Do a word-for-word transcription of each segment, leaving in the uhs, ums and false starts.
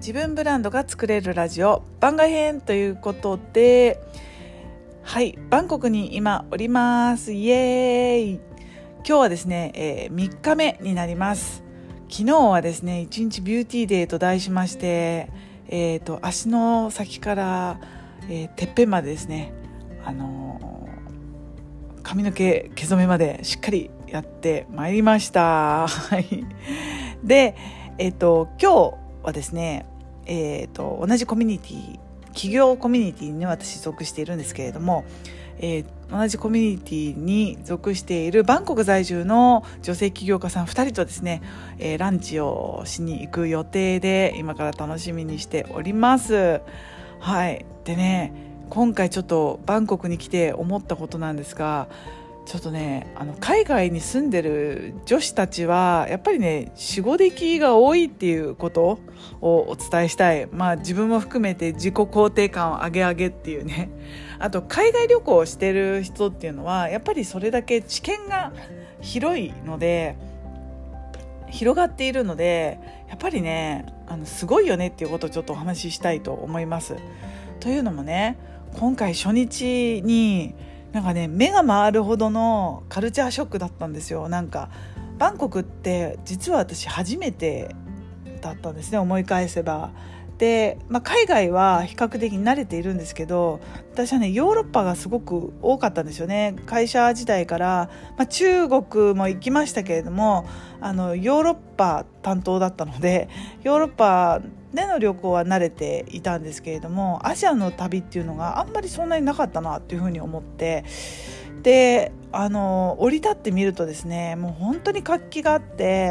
自分ブランドが作れるラジオ番外編ということで、はい、バンコクに今おります。イエーイ。今日はですね、えー、みっかめになります。昨日はですね、一日ビューティーデーと題しまして、えーと、足の先から、えー、てっぺんまでですね、あのー、髪の毛毛染めまでしっかりやってまいりました。はい。で、えーと、今日はですね、えーと、同じコミュニティ、企業コミュニティに私属しているんですけれども、えー、同じコミュニティに属しているバンコク在住の女性起業家さんふたりとですね、えー、ランチをしに行く予定で今から楽しみにしております。はい。でね、今回ちょっとバンコクに来て思ったことなんですが、ちょっとね、あの海外に住んでる女子たちはやっぱりね、しご歴が多いっていうことをお伝えしたい。まあ自分も含めて自己肯定感を上げ上げっていうね。あと海外旅行をしてる人っていうのはやっぱりそれだけ知見が広いので、広がっているので、やっぱりね、あのすごいよねっていうことをちょっとお話ししたいと思います。というのもね、今回初日になんかね、目が回るほどのカルチャーショックだったんですよ。なんかバンコクって実は私初めてだったんですね、思い返せば。で、まあ、海外は比較的慣れているんですけど、私はね、ヨーロッパがすごく多かったんですよね。会社時代から、まあ、中国も行きましたけれども、あのヨーロッパ担当だったので、ヨーロッパでの旅行は慣れていたんですけれども、アジアの旅っていうのがあんまりそんなになかったなっていうふうに思って、で、あの降り立ってみるとですね、もう本当に活気があって、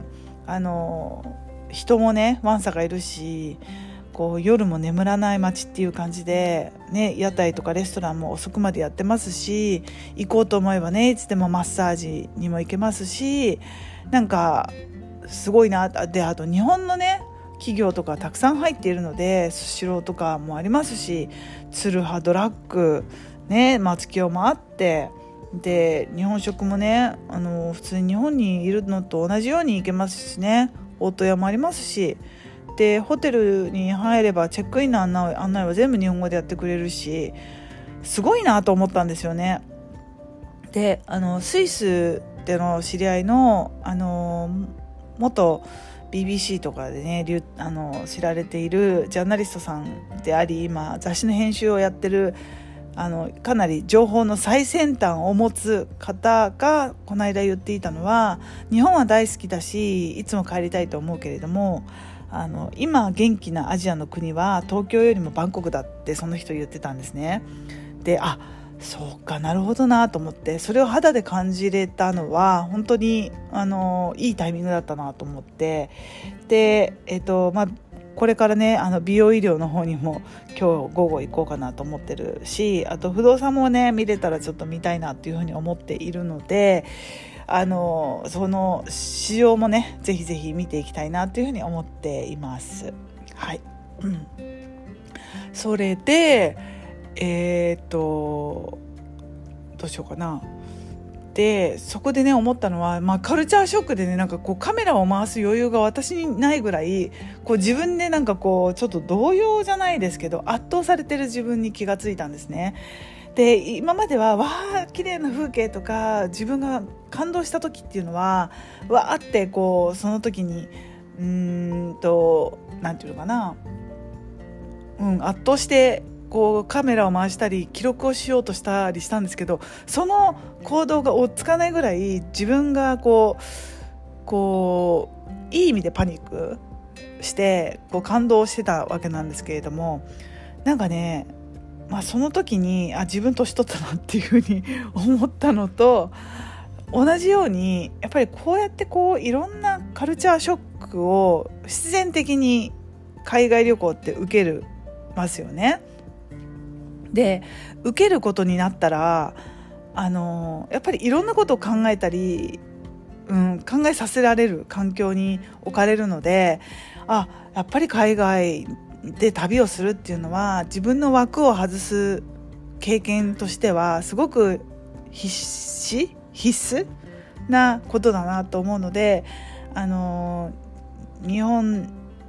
あの人もね、わんさかいるし、こう夜も眠らない街っていう感じで、ね、屋台とかレストランも遅くまでやってますし、行こうと思えばね、いつでもマッサージにも行けますし、なんかすごいな。で、あと日本のね、企業とかたくさん入っているので、スシローとかもありますし、ツルハドラッグ、ね、松清もあって、で日本食もね、あの普通に日本にいるのと同じように行けますしね、大戸屋もありますし、でホテルに入ればチェックインの案内、案内は全部日本語でやってくれるし、すごいなと思ったんですよね。で、あのスイスでの知り合いの、あの元 ビービーシー とかでね、あの知られているジャーナリストさんであり、今雑誌の編集をやってる、あのかなり情報の最先端を持つ方がこの間言っていたのは、日本は大好きだしいつも帰りたいと思うけれども、あの今元気なアジアの国は東京よりもバンコクだってその人言ってたんですね。で、あ、そうか、なるほどなと思って、それを肌で感じれたのは本当にあのいいタイミングだったなと思って、で、えっとまあこれからね、あの美容医療の方にも今日午後行こうかなと思ってるし、あと不動産もね、見れたらちょっと見たいなっていうふうに思っているので、あのその市場もね、ぜひぜひ見ていきたいなというふうに思っています。はい、うん、それでえー、っとどうしようかな。でそこでね、思ったのは、まあ、カルチャーショックでね、なんかこうカメラを回す余裕が私にないぐらい、こう自分でなんかこうちょっと動揺じゃないですけど、圧倒されてる自分に気がついたんですね。で、今まではわー綺麗な風景とか自分が感動した時っていうのはわーってこうその時にうーんとなんていうのかな、うん圧倒してこうカメラを回したり記録をしようとしたりしたんですけど、その行動が追っつかないぐらい自分がこうこういい意味でパニックしてこう感動してたわけなんですけれども、なんかね、まあ、その時にあ自分年取ったなっていうふうに思ったのと同じように、やっぱりこうやってこういろんなカルチャーショックを必然的に海外旅行って受けるますよね。で受けることになったら、あのやっぱりいろんなことを考えたり、うん、考えさせられる環境に置かれるので、あやっぱり海外で旅をするっていうのは自分の枠を外す経験としてはすごく必死必須なことだなと思うので、あの日本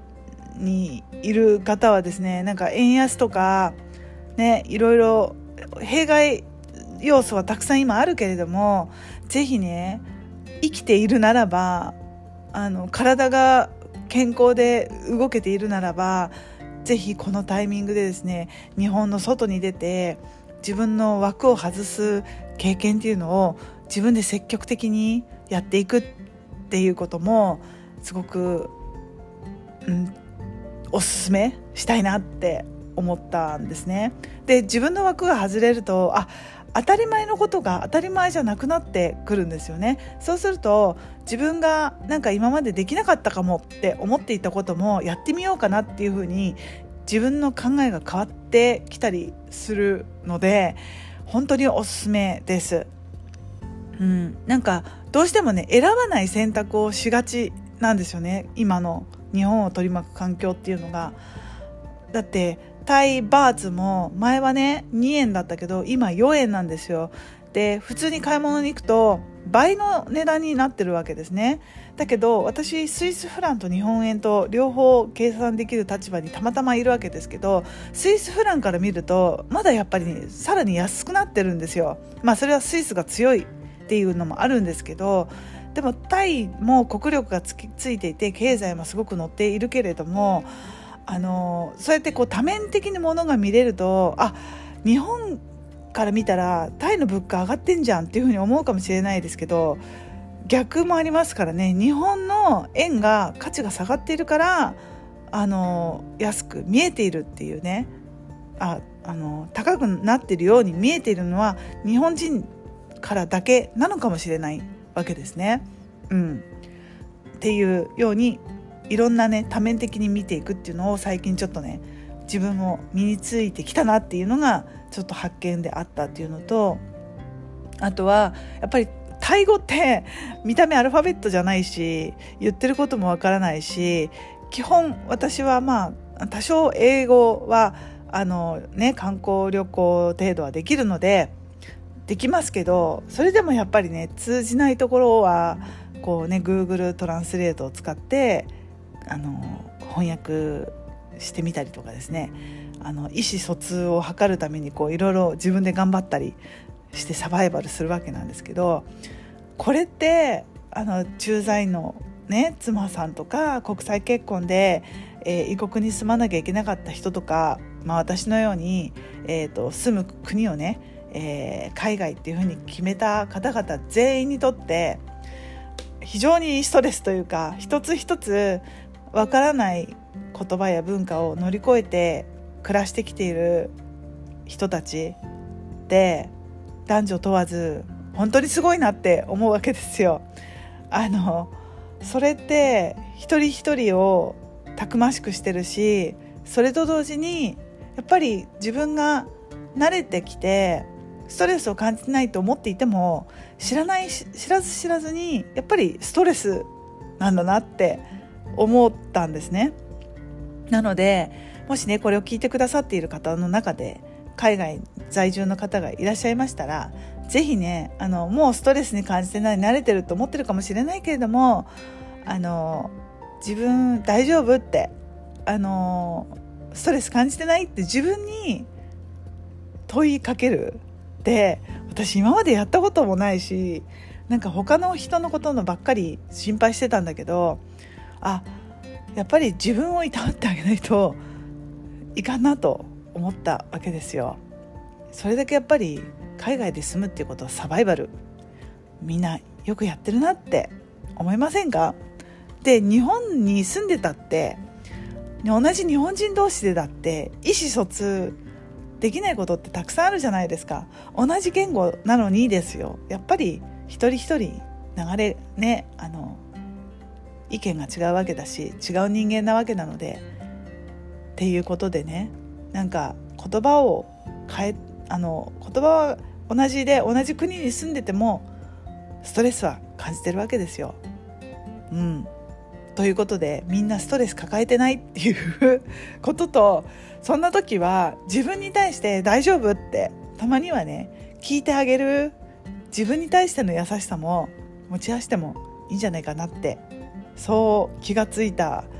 にいる方はですね、なんか円安とかね、いろいろ弊害要素はたくさん今あるけれども、ぜひね、生きているならば、あの体が健康で動けているならば、ぜひこのタイミングでですね、日本の外に出て自分の枠を外す経験っていうのを自分で積極的にやっていくっていうこともすごく、うん、おすすめしたいなって思ったんですね。で、自分の枠が外れると、あ、当たり前のことが当たり前じゃなくなってくるんですよね。そうすると自分がなんか今までできなかったかもって思っていたこともやってみようかなっていうふうに自分の考えが変わってきたりするので、本当におすすめです。うん、なんかどうしてもね、選ばない選択をしがちなんですよね、今の日本を取り巻く環境っていうのが。だってタイバーツも前はねにえんだったけど今よえんなんですよ。で、普通に買い物に行くと倍の値段になってるわけですね。だけど私スイスフランと日本円と両方計算できる立場にたまたまいるわけですけど、スイスフランから見るとまだやっぱり、ね、さらに安くなってるんですよ。まあそれはスイスが強いっていうのもあるんですけど、でもタイも国力がつきついていて経済もすごく乗っているけれども、あのそうやってこう多面的にものが見れると、あ、日本から見たらタイの物価上がってんじゃんっていうふうに思うかもしれないですけど、逆もありますからね。日本の円が価値が下がっているからあの安く見えているっていうね、ああの高くなっているように見えているのは日本人からだけなのかもしれないわけですね。うん、っていうようにいろんなね多面的に見ていくっていうのを最近ちょっとね自分も身についてきたなっていうのがちょっと発見であったっていうのと、あとはやっぱりタイ語って見た目アルファベットじゃないし言ってることもわからないし、基本私はまあ多少英語はあのね観光旅行程度はできるのでできますけど、それでもやっぱりね通じないところはこうね Google トランスレートを使ってあの翻訳してみたりとかですね、あの意思疎通を図るためにこういろいろ自分で頑張ったりしてサバイバルするわけなんですけど、これってあの駐在の、ね、妻さんとか国際結婚で、えー、異国に住まなきゃいけなかった人とか、まあ、私のように、えーと、住む国をね、えー、海外っていうふうに決めた方々全員にとって非常にストレスというか、一つ一つわからない言葉や文化を乗り越えて暮らしてきている人たちで、男女問わず本当にすごいなって思うわけですよ。あのそれって一人一人をたくましくしてるし、それと同時にやっぱり自分が慣れてきてストレスを感じてないと思っていても、知らない知らず知らずにやっぱりストレスなんだなって思ったんですね。なのでもしねこれを聞いてくださっている方の中で海外在住の方がいらっしゃいましたら、ぜひねあのもうストレスに感じてない、慣れてると思ってるかもしれないけれども、あの自分大丈夫ってあのストレス感じてないって自分に問いかけるって私今までやったこともないし、なんか他の人のことのばっかり心配してたんだけど、あやっぱり自分をいたわってあげないといかんなと思ったわけですよ。それだけやっぱり海外で住むっていうことはサバイバル、みんなよくやってるなって思いませんか？で日本に住んでたって同じ日本人同士でだって意思疎通できないことってたくさんあるじゃないですか。同じ言語なのにですよ、やっぱり一人一人流れねあの意見が違うわけだし違う人間なわけなのでっていうことでね、なんか言葉を変えあの言葉は同じで同じ国に住んでてもストレスは感じてるわけですよ。うんということでみんなストレス抱えてないっていうことと、そんな時は自分に対して大丈夫ってたまにはね聞いてあげる、自分に対しての優しさも持ち合わせてもいいんじゃないかなって、そう気がついた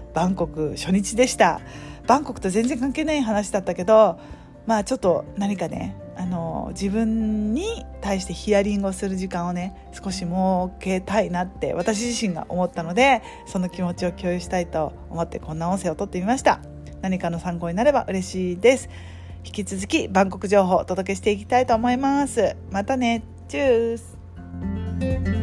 バンコク初日でした。バンコクと全然関係ない話だったけど、まあちょっと何かね、あの自分に対してヒアリングをする時間をね少し設けたいなって私自身が思ったので、その気持ちを共有したいと思ってこんな音声を撮ってみました。何かの参考になれば嬉しいです。引き続きバンコク情報をお届けしていきたいと思います。またね。チュース。